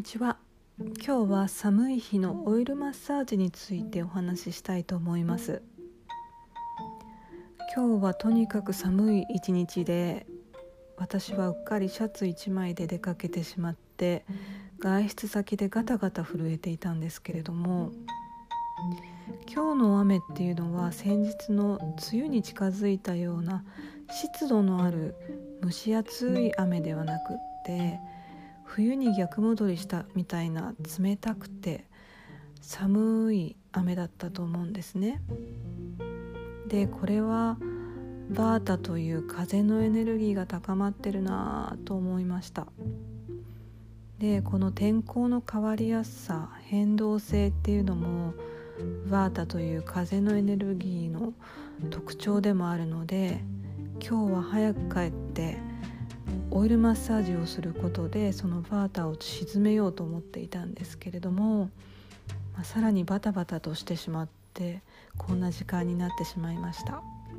ちは。今日は寒い日のオイルマッサージについてお話ししたいと思います。今日はとにかく寒い一日で、私はうっかりシャツ1枚で出かけてしまって、外出先でガタガタ震えていたんですけれども、今日の雨っていうのは先日の梅雨に近づいたような湿度のある蒸し暑い雨ではなくって、冬に逆戻りしたみたいな冷たくて寒い雨だったと思うんですね。で、これはバータという風のエネルギーが高まってるなと思いました。で、この天候の変わりやすさ、変動性っていうのもバータという風のエネルギーの特徴でもあるので、今日は早く帰ってオイルマッサージをすることでそのバータを鎮めようと思っていたんですけれども、さらにバタバタとしてしまってこんな時間になってしまいました。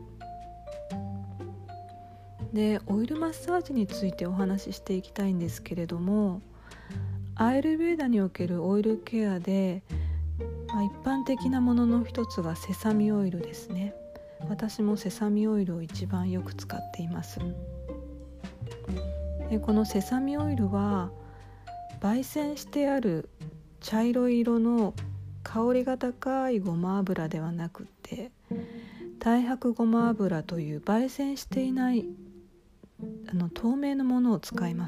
で、オイルマッサージについてお話ししていきたいんですけれども、アーユルヴェーダにおけるオイルケアで、一般的なものの一つがセサミオイルですね。私もセサミオイルを一番よく使っています。で、このセサミオイルは焙煎してある茶色い色の香りが高いごま油ではなくて、太白ごま油という焙煎していない透明のものを使います。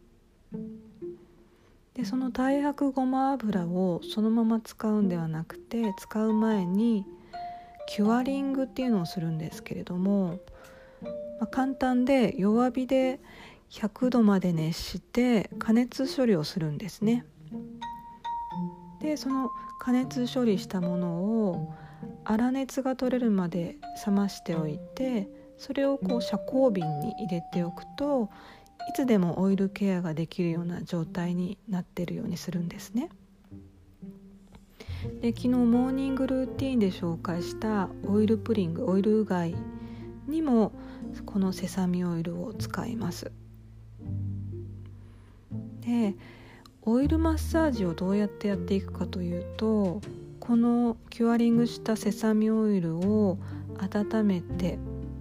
で、その太白ごま油をそのまま使うんではなくて、使う前にキュアリングっていうのをするんですけれども、簡単で弱火で100度まで熱して加熱処理をするんですね。で、その加熱処理したものを粗熱が取れるまで冷ましておいて、それを遮光瓶に入れておくといつでもオイルケアができるような状態になっているようにするんですね。で、昨日モーニングルーティーンで紹介したオイルプリング、オイルうがいにもこのセサミオイルを使います。で、オイルマッサージをどうやってやっていくかというと、このキュアリングしたセサミオイルを温めて、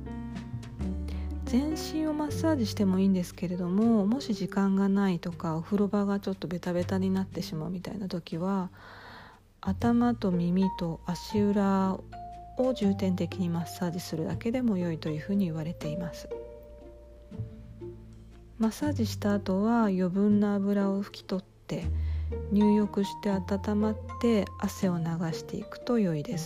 全身をマッサージしてもいいんですけれども、もし時間がないとかお風呂場がちょっとベタベタになってしまうみたいな時は、頭と耳と足裏を重点的にマッサージするだけでも良いというふうに言われています。マッサージした後は余分な油を拭き取って入浴して温まって汗を流していくと良いです。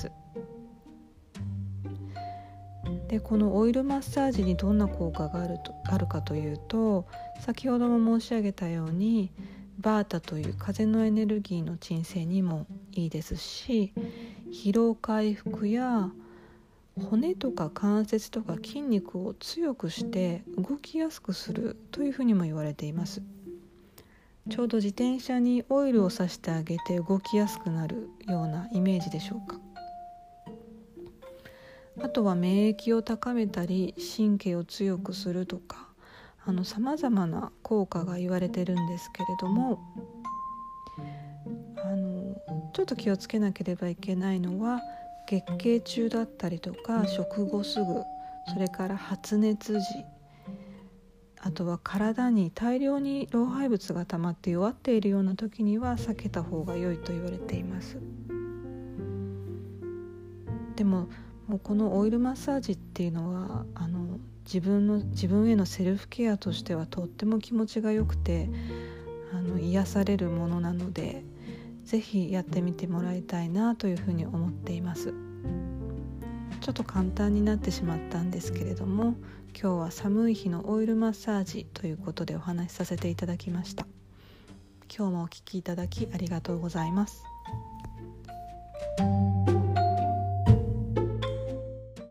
で、このオイルマッサージにどんな効果があるかというと、先ほども申し上げたようにバータという風のエネルギーの鎮静にもいいですし、疲労回復や骨とか関節とか筋肉を強くして動きやすくするというふうにも言われています。ちょうど自転車にオイルをさしてあげて動きやすくなるようなイメージでしょうか。あとは免疫を高めたり神経を強くするとか、様々な効果が言われてるんですけれども、ちょっと気をつけなければいけないのは、月経中だったりとか食後すぐ、それから発熱時、あとは体に大量に老廃物が溜まって弱っているような時には避けた方が良いと言われています。でもこのオイルマッサージっていうのは自分へのセルフケアとしてはとっても気持ちが良くて癒されるものなので、ぜひやってみてもらいたいなというふうに思っています。ちょっと簡単になってしまったんですけれども、今日は寒い日のオイルマッサージということでお話しさせていただきました。今日もお聞きいただきありがとうございます。